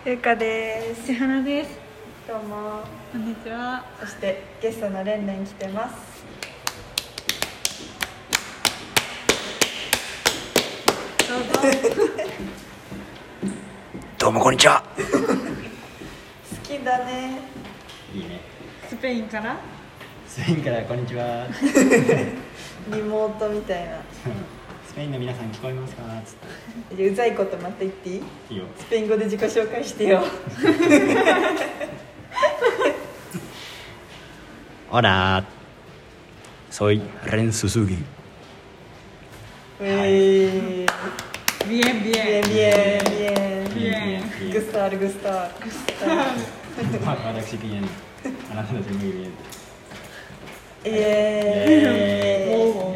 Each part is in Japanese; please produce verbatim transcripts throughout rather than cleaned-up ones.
ゆうかです。 千原です。 どうも。 こんにちは。 そしてゲストのレンレン来てます。 どうぞ。 どうもこんにちは。 好きだね。 いいね。 スペインから。 スペインからこんにちは。 リモートみたいな。 スペインの皆さん聞こえますかつって。うざいことまた言っていい？ いいよ。 スペイン語で自己紹介してよ。 Hola, soy Ren Suzuki. Bien, bien, bien, bien, bien. Gustar, gustar. 私 bien。あなたたち muy bien。 イエーイ。 わ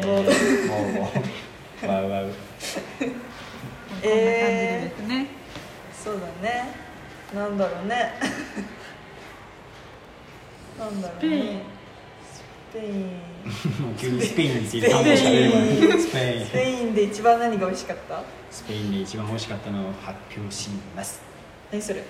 うわう。 こんな感じですね。 そうだね。なんだろうね。なんだろうね。スペイン。 急にスペインについて話しゃべればスペイン。 スペインで一番何が美味しかった？ スペインで一番美味しかったのを発表します。 何それ？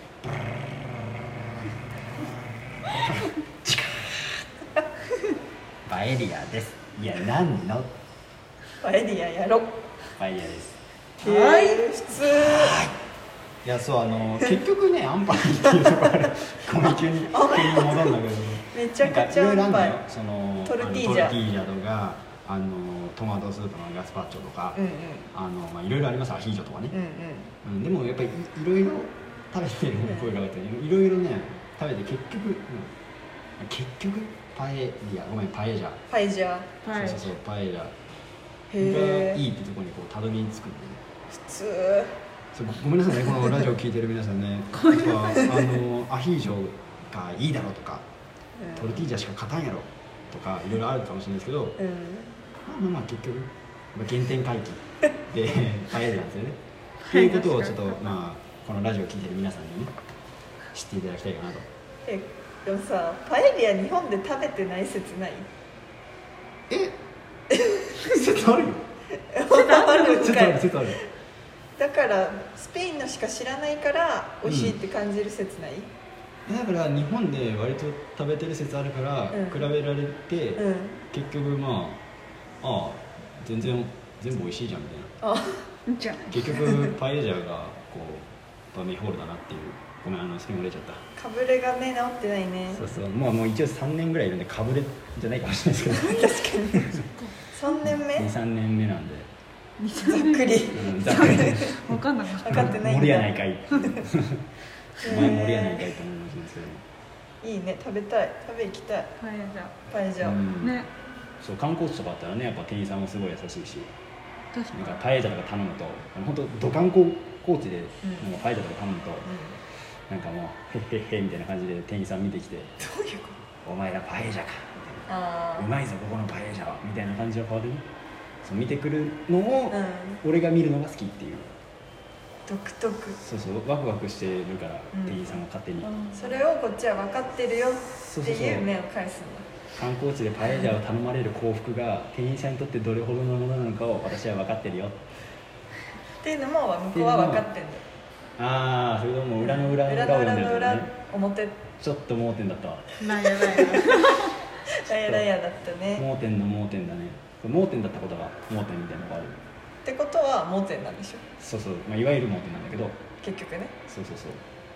パエリアです。いや、何の？ パエリアやろ。 パエリアです。 はい、普通。 いや、そう、あの結局ね、アンパイっていうところある。ごめん、急に急に戻るんだけど。 めちゃくちゃアンパイ。 そのトルティージャ。 トルティージャとか、あのトマトスープのガスパッチョとか、うんうん、あのまあいろいろあります。アヒージョとかね。うんうん、でもやっぱりいろいろ食べてる声があって、いろいろね食べて結局、うん、結局パエリア、ごめん、パエジャ。 パエジャ。 そうそうそう、パエジャ。がいいってところにこうたどり着くんで、ね、 普通。 そう、ごめんなさいね、このラジオ聞いてる皆さんね。やっぱあのアヒージョがいいだろうとか、うん、トルティージャしか勝たんやろとかいろいろあるかもしれないですけど、うん、まあまあまあ結局原点回帰でパエリアなんですよね。っていうことをちょっとまあこのラジオ聞いてる皆さんにね知っていただきたいかなと。 え、でもさ、パエリア日本で食べてない説ない？ え？説あるよ。 ある説ある説ある。 だからスペインのしか知らないから美味しいって感じる説ない？ うん、だから日本で割と食べてる説あるから、うん、比べられて、うん、結局まあああ全然全部美味しいじゃんみたいな。あじゃ結局パエジャがこうバミホールだなっていう。ごめん、あのスペイン語出ちゃった。 かぶれがね治ってないね。 そうそう、もうもう一応さんねんぐらいいるんでかぶれじゃないかもしれないですけど。 確かに。さんねんめ？ に、さんねんめなんで。 ざっくり。 うん、ざっくり。 分かんなかった。 分かってないんだ。 森やないかい。お前森やないかいと思いますけど。 いいね、食べたい、食べ行きたい。 パエジャ。 パエジャ。 うん、 ね。 そう、観光地とかあったらね、やっぱ店員さんもすごい優しいし。 確かに。 なんかパエジャとか頼むと、本当ド観光コーチで、なんかパエジャとか頼むと。うん、なんかもうへっへっへみたいな感じで店員さん見てきて、どういうこと？ お前らパエジャかみたいな、あうまいぞここのパエジャはみたいな感じの顔でね、そう見てくるのを、うん、俺が見るのが好きっていう。 独特。 そうそう、ワクワクしてるから、うん、店員さんが勝手に、うん、 それをこっちは分かってるよっていう目を返すんだ。 観光地でパエジャを頼まれる幸福が店員さんにとってどれほどのものなのかを私は分かってるよっていうのも向こうは分かってるんだよ。 ああ、それとも裏の裏の裏の裏の裏表ちょっと盲点だったわ。 ラヤラヤラヤラヤだったね。 盲点の盲点だね。盲点だったことが盲点みたいなのがあるってことは盲点なんでしょ。 そうそう、まあ、いわゆる盲点なんだけど結局ね。 そうそうそう。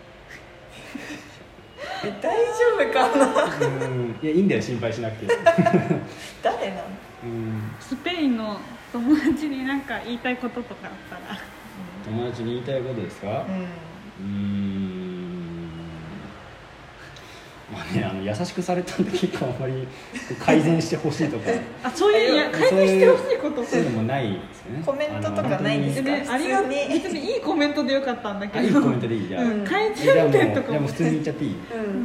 え、大丈夫かな。 うん、いや、いいんだよ、心配しなくて。 誰なの？ うん、スペインの友達に何か言いたいこととかあったら。 友達に言いたいことですか？うん、うーん、まあね、あの優しくされたんで結構あんまり改善してほしいとかあ、そういういや改善してほしいことそういうのもないですよね。 コメントとかないんですか？ ね、ありがとう。別にいいコメントでよかったんだけど。 いいコメントでいいじゃん、うん、 改善点とかもでも普通に言っちゃっていい？うん、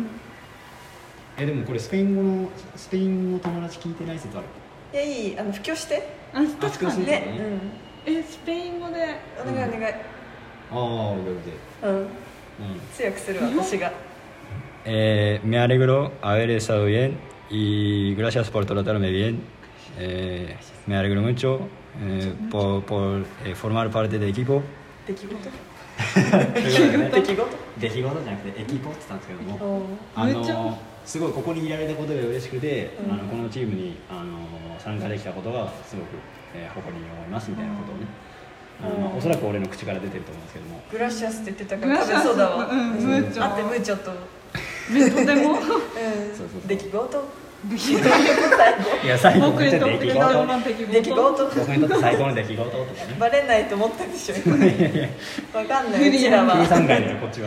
え、でもこれスペイン語のスペイン語の友達聞いてない説ある？ いや、いい、あの布教して。 あ、確かにね。 うん、え、スペイン語でお願いお願い。 ああ、オッケーオッケー。うん。 強くする私が。 Eh, me alegro haber estado bien y gracias por tratarme bien. Eh, me alegro mucho eh, por, por eh, formar parte del equipo. ¿De equipo? 出来事出来事出来事じゃなくてエキポって言ったんですけども、あめっちゃのすごいここにいられたことが嬉しくて、 うんあのこのチームにあの参加できたことがすごく、えー、誇りに思いますみたいなことをね、あのまあおそらく俺の口から出てると思うんですけども、 グラシアスって言ってたから食べそうだわ。 うんムーチョあってムーチョと、うん、 とてもそうそうそう出来事出来事いや最後僕にとって出来の事出来出来事僕にとって最高の出来事とかねバレないと思ったでしょ今いやいやわかんないうちらは。 計算外だよこっちは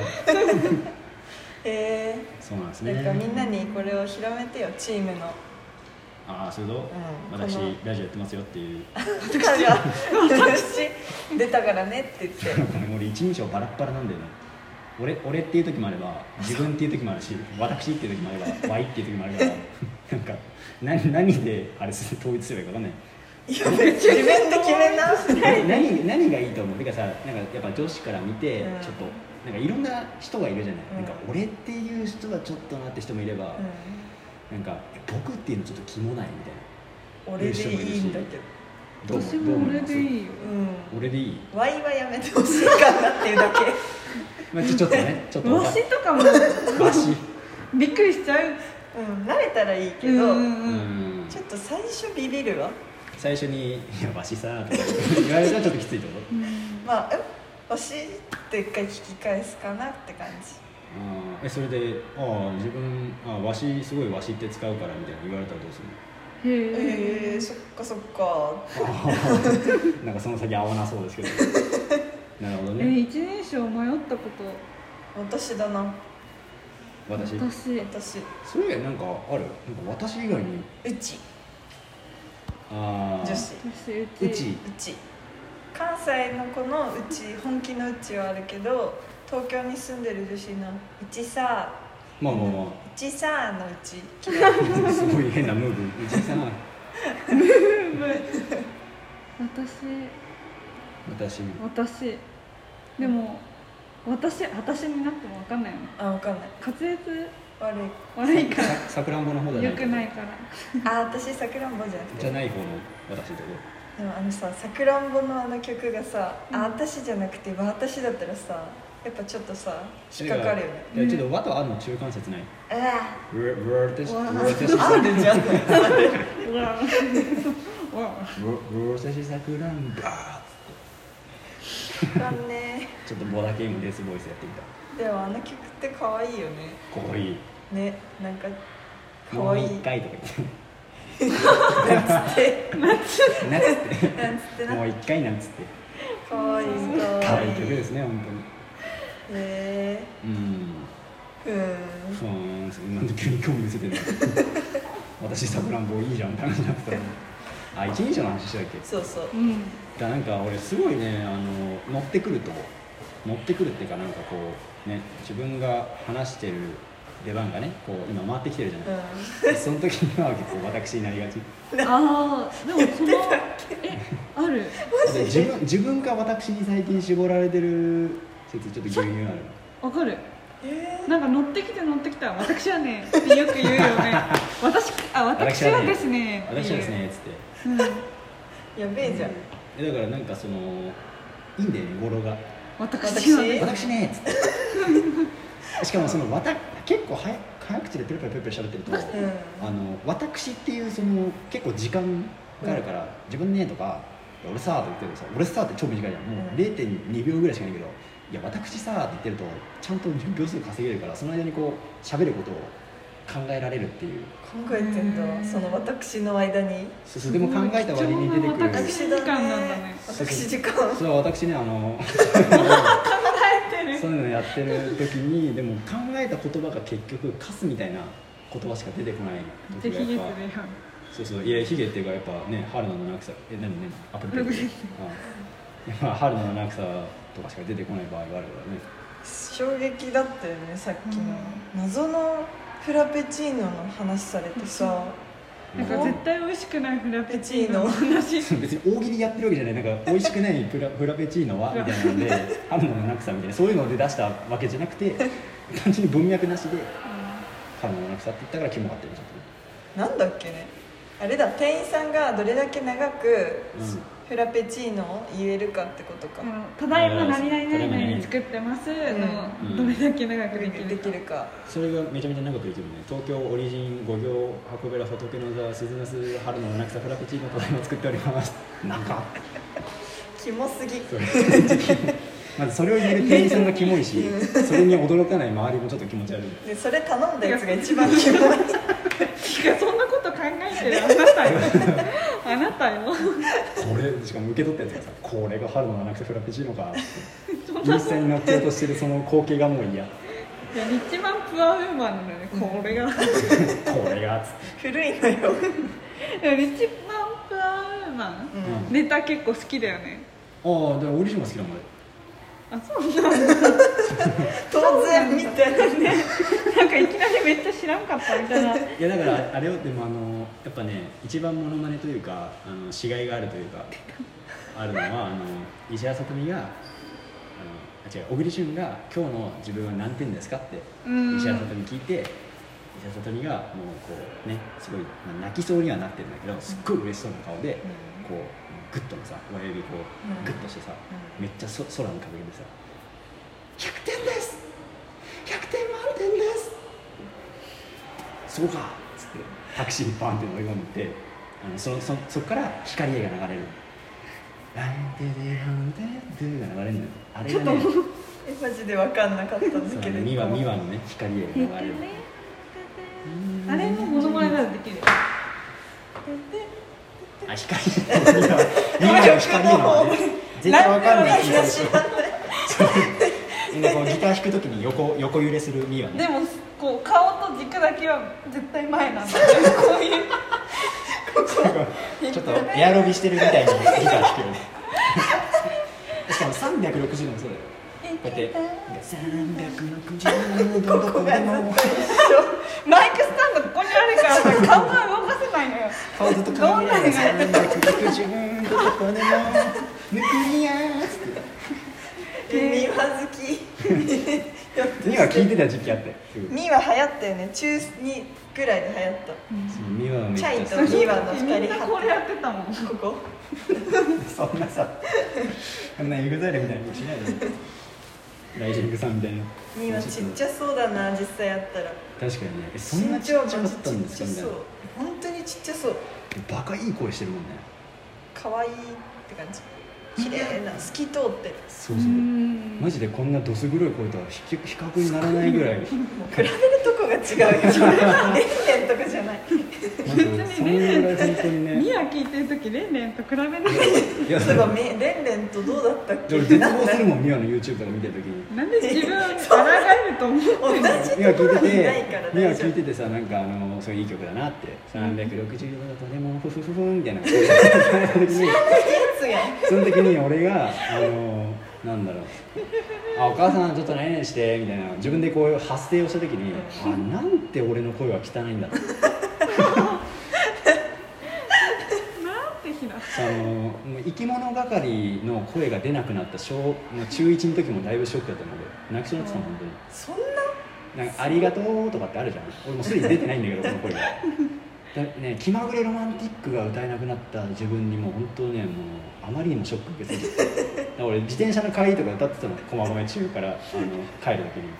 へそうなんですえ。 ね。 なんかみんなにこれを広めてよ、チームの。 ああそれと、 うん私このラジオやってますよっていう私私出たからねって言って俺一人称バラッバラなんだよね。俺俺っていう時もあれば自分っていう時もあるし、私っていう時もあればワイっていう時もあるからなんか何何であれ統一すればいいか分かんない。 いや自分で決めな何何がいいと思う。てかさ、なんかやっぱ女子から見て、 うんちょっとなんかいろんな人がいるじゃない。 うんなんか俺っていう人はちょっとなって人もいれば、 うなんか僕っていうのちょっとキモないみたいな。 ん、俺でいいんだけど、 どう私どう思いますも俺でいいようん、 俺でいい。 ワイはやめてほしいかなっていうだけまあちょちょっとねちょっとわしとかもわしびっくりしちゃううん、慣れたらいいけど、 うんうんううんんちょっと最初ビビるわ。 最初に「いやわしさ」とか言われたらちょっときついってこと？ うんまあえわしって一回聞き返すかなって感じ。 あーえそれで「ああ自分あわしすごいわしって使うから」みたいな言われたらどうするの？ へええー、そっかそっか。 あーなんかその先合わなそうですけどなるほどえね。 一人称迷ったこと私だな。 私私私それ以外なんかある？なんか私以外にうちああ女子私うちうちうち関西の子のうち本気のうちはあるけど、東京に住んでる女子のうちさまあまあまうちさのうち嫌いあすごい変なムーブうちさん私私私でも私私になっても分かんないよねあ、わかんない。 滑舌悪い。 悪いかささくらんぼの方じゃないらよくないからあ、私さくらんぼじゃなくて。 じゃない方の私ってこでもあのさ、さくらんぼのあの曲がさ、 うんあ、私じゃなくて私だったらさ、やっぱちょっとさと？ 引っかかるよね。 いやちょっと和とあの中間節ない。 あうわうわ私あ、 うわ私あるじゃん。 うわうわうわ私さくらんぼわかんねちょっとボダケイムデスボイスやってみた。 え。でもあの曲って可愛いよね。 かわいい。 ね、なんか可もう愛い。 一回とかなんつって、 言って。なんつって。 なんつってな。 もう一回なんつって。 可愛い可愛い。 可愛い曲ですね本へ当に。うん。 え。うん。 ふーん。なんで急に興味見せてんの。私さくらんぼいいじゃんって話になってたの。あ、一人称の話してたっけ？ そうそう。 うんだなんか俺すごいねあの乗ってくると乗ってくるっていうかなんかこうね自分が話してる出番がねこう今回ってきてるじゃない、 うでその時には結構私になりがちああでもそのえあるで自分自分が私に最近絞られてる説ちょっと牛乳あるわかるん。えなんか乗ってきて乗ってきた私はねってよく言うよね私あ私はですねっていう私はですねっつってうんー、やべえじゃん。 えだからなんかそのいいんだよね語呂が私はですね私ねっつってしかもそのわた結構早早口でペラペラペラペラ喋ってると、 うん。 あの私っていうその結構時間があるから、自分ねとか俺さーって言ってるとさ俺さーって超短いじゃんもう れいてんにびょうぐらいしかないけどいや私さーって言ってるとちゃんと秒数稼げるからその間にこう喋ることを考えられるっていう考えてんだ。その私の間に。 そうそうでも考えた割に出てくる私時間なんだね私時間。 そう私ねあの考えてるそういうのやってる時にでも考えた言葉が結局カスみたいな言葉しか出てこないでヒゲ時がやっぱするやんそうそういやヒゲっていうかやっぱね春の七草え何ねアプリペイああ春の七草とかしか出てこない場合があるからね衝撃だったよね、さっきの。謎のフラペチーノの話されてさ。 なんか絶対美味しくないフラペチーノの話別に大喜利やってるわけじゃないなんか美味しくないフラフラペチーノはみたいなので春の七草みたいなそういうので出したわけじゃなくて単純に文脈なしで春の七草って言ったからキモかったよちょっとねなんだっけね。あれだ、店員さんがどれだけ長く、 うんフラペチーノを言えるかってことか、 ただいま何々何々作ってますの、 うん、 どれだけ長くできるか、 できるか。 それがめちゃめちゃ長くできるね。東京オリジン五行箱べら仏の座鈴なす春の七草フラペチーノとだいま作っておりますなんかキモすぎまずそれを言える店員さんがキモいし、それに驚かない周りもちょっと気持ち悪い。 でそれ頼んだやつが一番キモいいやそんなこと考えてるあなたよあなたよこれしかも受け取ったやつがさ、これが春の七草フラペチーノかってインスタに乗っけようとしてるその光景がもう嫌。いや一番プアウーマンなのね、これがこれがつって古いのよ一番プアウーマン、うん、ネタ結構好きだよね。 ああ、でもオリジンも好きなのあ、そうなんだ当然みたいなねなんかいきなりめっちゃ知らんかったみたいな。いやだからあれよ、でもあのやっぱね、一番モノマネというかあのしがいがあるというかあるのはあの石原さとみがあのあ違う小栗旬が「今日の自分は何点ですか?」って石原さとみ聞いて、石原さとみがもうこうねすごい泣きそうにはなってるんだけど、すっごい嬉しそうな顔でこうグッとのさ親指こうグッとしてさ、めっちゃそ空にかけてさ「ひゃくてんですひゃくてん満点です」そうかっつってタクシーにバンって乗り込んで、あの そ, そ, そこから光栄が流れる「ラインデデハンデドゥ」が流れるのよ。あれがねえマジで分かんなかったんだけど、 ミワミワのね光栄が流れるあれもモノマネならできる。 あ、光ミワミワの光の絶対わかんない気がするみんなこうギター弾くときに横横揺れするミワね。 でもこう顔と軸だけは絶対前なんだよこういうちょっとエアロビしてるみたいにギター弾くよねしかもさんびゃくろくじゅうどもそうだよ。こうやってさんびゃくろくじゅうどどこでもマイクスタンドここにあるからさ顔が動かせないのよ。 顔ずっと顔見ないでさんびゃくろくじゅうどこでもぬくりやーっつってミワ好きミワ聞いてた時期あってミワ流行ったよね、中にぐらいで流行った、 うん、ミワめっちゃチャイとミワのふたりみんなこれやってたもんここそんなさこんなエグザイルみたいにしないでライジングさんみたいな。 ミワちっちゃそうだな実際やったら。 確かにね。えそんなちっちゃかったんですかみたいな。 本当にちっちゃそう。 バカいい声してるもんね。 可愛いって感じ。綺麗な透き通ってる。 そうそう。マジでこんなどす黒い声とは比較にならないぐらい。もう比べるとこが違うよ。レンレンとかじゃない。 別にレンレン本当にね。 ミワ聞いてる時レンレンと比べない。 いやそういえばレンレンとどうだったっけ。 俺絶望するもんミワの YouTube とか見てる時に。 なんで自分抗えると思ってるの。 同じミワ聞いてて、ミワ聞いててさなんかあのそういういい曲だなって。さんびゃくろくじゅうどだとでもフフフフみたいな。その時に俺があのなんだろうあお母さんちょっと何々してみたいな自分でこう発声をした時にあなんて俺の声は汚いんだろうなんてひなあのもう生き物係の声が出なくなった小中いちの時もだいぶショックだったので泣きそうになってたもん本そん当になんかありがとうとかってあるじゃん俺もすでに出てないんだけどこの声がだ、ね、気まぐれロマンティックが歌えなくなった自分にもう本当ねもうあまりにもショック受けすぎて俺自転車の帰りとか歌ってたの駒込中からあの帰る時に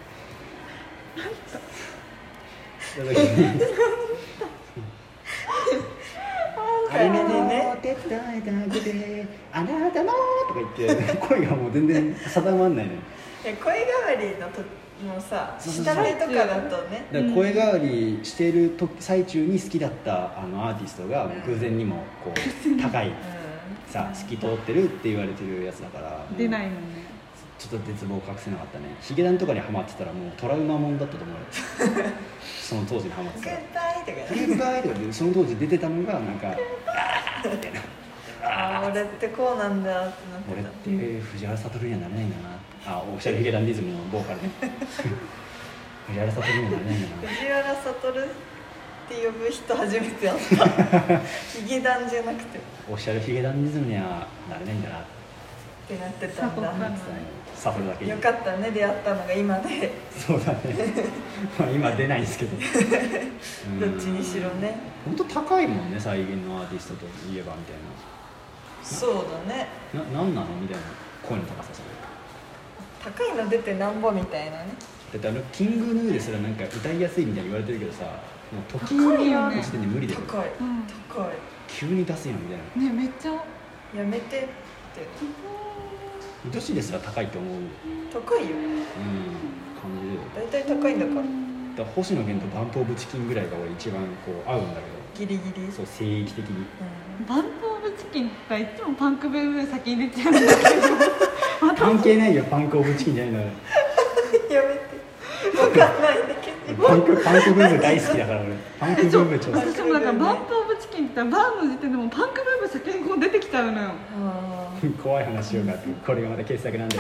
あれね手伝えてあげてあなたのとか言って声がもう全然定まんないのよ声変わりのともうさ下手とかだとねだから声変わりしている時最中に好きだったあのアーティストが偶然にもこう高いさ透き通ってるって言われてるやつだから出ないもんねちょっと絶望を隠せなかったねヒゲダンとかにハマってたらもうトラウマもんだったと思うその当時にハマってたらグッバイとかグッバイとかでその当時出てたのがなんかあーみたいなああ俺ってこうなんだってなってた俺って藤原悟にはなれないんだなあオフィシャルヒゲダンディズムのボーカルね藤原悟にはなれないんだな藤原悟って呼ぶ人初めて会ったヒゲダンじゃなくてオフィシャルヒゲダンディズムにはなれないんだなってなってたんだサフルだけよかったね出会ったのが今でそうだねまあ今出ないんですけどどっちにしろね本当高いもんね最近のアーティストといえばみたいなそうだね。 ななんなのみたいな声の高さ。それ高いの出てなんぼみたいなね。 だってあのキングヌーですらなんか歌いやすいみたいに言われてるけどさ、もう時高いよねの時点で無理だよ。 高い、 うん高い。 急に出すやんみたいな。 ねめっちゃやめてって。 女子ですら高いと思う、うん、 高いよ。 感じで。 だいたい高いんだから。 だから星野源とバンプオブチキンぐらいが俺一番こう合うんだけど。 ギリギリ。 そう聖域的に。 うん、 バンプオブチキンがいつもパンクブーム先に出ちゃうんだけど関係ないよパンクオブチキンじゃないの。 やめて。わかんないんだけど。 パンクパンクブーム大好きだから俺。パンクブーム超好き。 私もだからバンプオブチキンって言ったらバーの時点でもパンクブーム先にこう出てきちゃうのよ。 あ怖い話しようかって、これがまた傑作なんだよ。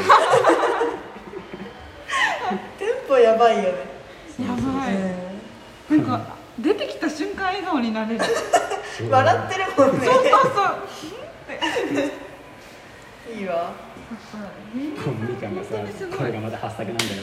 テンポやばいよね。 やばい、 うなんか出てきた瞬間笑顔になれる。 ん、笑ってるもんね。 そうそうそういいわ。 このみかんがさ、これがまた発作なんだよ。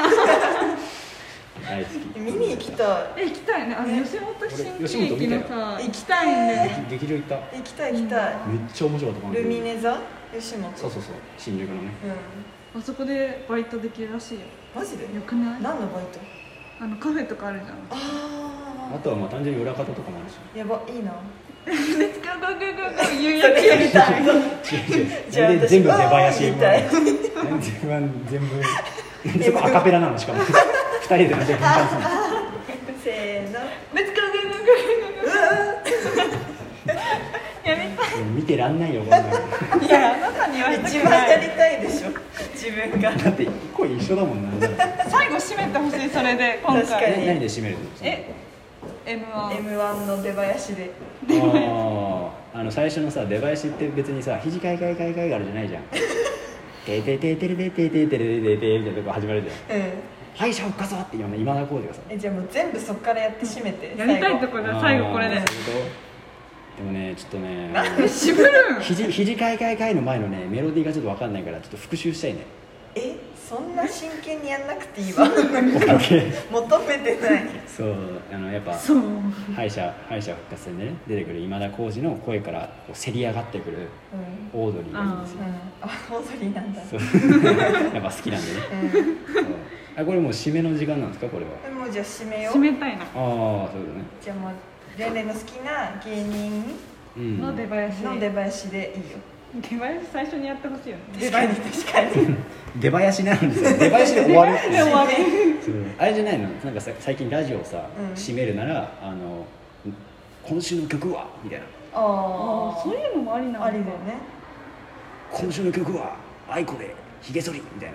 大好き。 見に行きたい。 え行きたいね。あのね吉本新俺吉本喜劇の見たさよ行きたいね。 劇場行った。 行きたい行きたい。 めっちゃ面白かった。 ルミネ座吉本。 そうそうそう、新宿のね。 うん。 あそこでバイトできるらしいよ。 マジで？ よくない？ 何のバイト？ あのカフェとかあるじゃん。 ああとはまあ単純に裏方とかもあるし。 あ。やばいいな。 レッツゴーゴーゴーゴーゴー言うそやつやりれやりたい。 たい。 違う違う。 じゃあなんで全部出囃子みたい。 全部全部全部アカペラなのしかも。二人でなんで分担するの。 せーの。 レッツゴーゴーゴーゴーゴー。やりたい。 見てらんないよこんなの。 いやあなたに言われたく一番やない。 りたいでしょ。自分が。 だって声一緒だもんな。 最後締めてほしいそれで今確か回。 に何で締めるの？ え エムワン。 エムワン の出囃子で。 ああ、あの最初のさ出囃子って別にさ肘かいかいかいかいがあるじゃないじゃん。ててててれててててれててみたいなとこ始まるじゃん。 うん。 敗者復活はって今の今田耕司がさ。 えじゃあもう全部そっからやって締めて。 やりたいところで最後これであー。そういうことでもねちょっとね。 え渋るん。 肘肘かいかいかいの前のねメロディーがちょっとわかんないからちょっと復習したいね。 えそんな真剣にやんなくていいわ。 オッケー。 求めてない。 そうあのやっぱそう。 敗者敗者復活戦でね出てくる今田耕司の声からこうせり上がってくるうん。 オードリーがいいんですよ。 うん。あオードリーなんだ。 そうやっぱ好きなんでね。 うん。 そうあこれもう締めの時間なんですかこれは。 もうじゃあ締めよう。 締めたいな。 ああそうだね。 じゃあもうレンレンの好きな芸人うん。 の出囃子。 の出囃子でいいよ。 出囃子最初にやってほしいよね。 確かに確かに。 出囃子なんですよ。出囃子で終わるっていう。 で終わる。 そうあれじゃないのなんかさ最近ラジオをさ、 うん締めるならあの今週の曲はみたいなあああそういうのもありなんだ。 ありだよね。 今週の曲は愛子でひげ剃りみたいな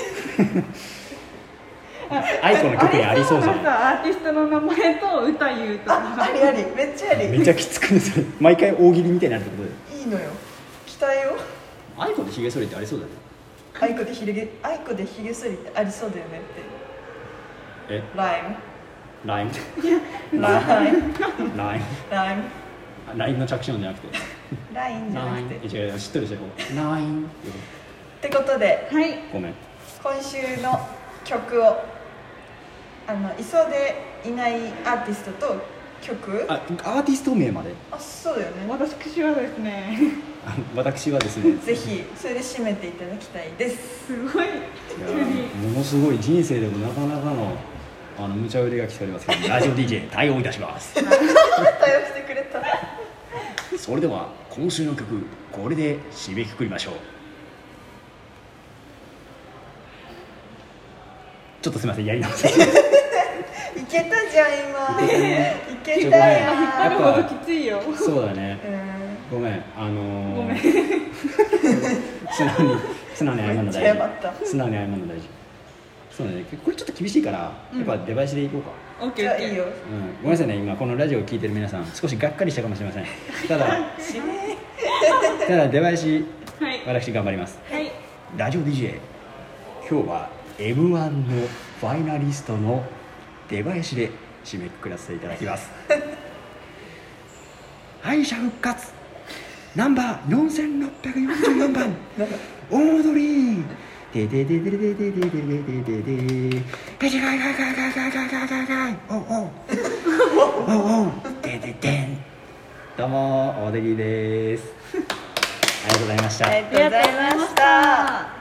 愛子の曲にありそうじゃないあれさアーティストの名前と歌言うとあか。 ありありめっちゃあり。 めっちゃきつくねそれ毎回大喜利みたいになるってことでいいのよ。期待よ。 愛子でひげ剃りってありそうだねアイコでひげアイコでひげ剃りってありそうだよねって。 えライラインムライムラインライムラインの着信音じゃなくてラインじゃなラインくて。っえ違う違うしっとりしてこうラインてことではい。 ごめん今週の曲をあの磯でいないアーティストと曲あアーティスト名まであそうだよね。 私はですね。 あ私はですねぜひそれで締めていただきたいです。 すごい。 いやものすごい人生でもなかなかのあの無茶腕が来ておりますけどラジオ ディージェー 対応いたします対応してくれた。 それでは今週の曲これで締めくくりましょうちょっとすみませんやり直しいけたじゃん今。いけたやん。 引っ張るほどきついよ。 そうだねうん。 ごめんあのー、 ごめん。 素直に素直に謝るのめっちゃ大やばった事素直に謝るの大事そうだねこれちょっと厳しいからやっぱ出囃子でいこうか、 オッケーオッケー。 じゃあいいよ。 うん、ごめんなさいね今このラジオを聞いてる皆さん少しがっかりしたかもしれませんただ締め。 ただ出囃子はい。 私頑張りますはい。 ラジオ ディージェー 今日は エムワン のファイナリストの出囃子で締めくくらせていただきます敗者復活ナンバーよんせんろっぴゃくよんじゅうよんばんオードリーででででででででででででペチガイガイガイガイガイガイガイガイガイおうおうおうおうでででんどうもオードリーですりがとうございました。 ありがとうございました。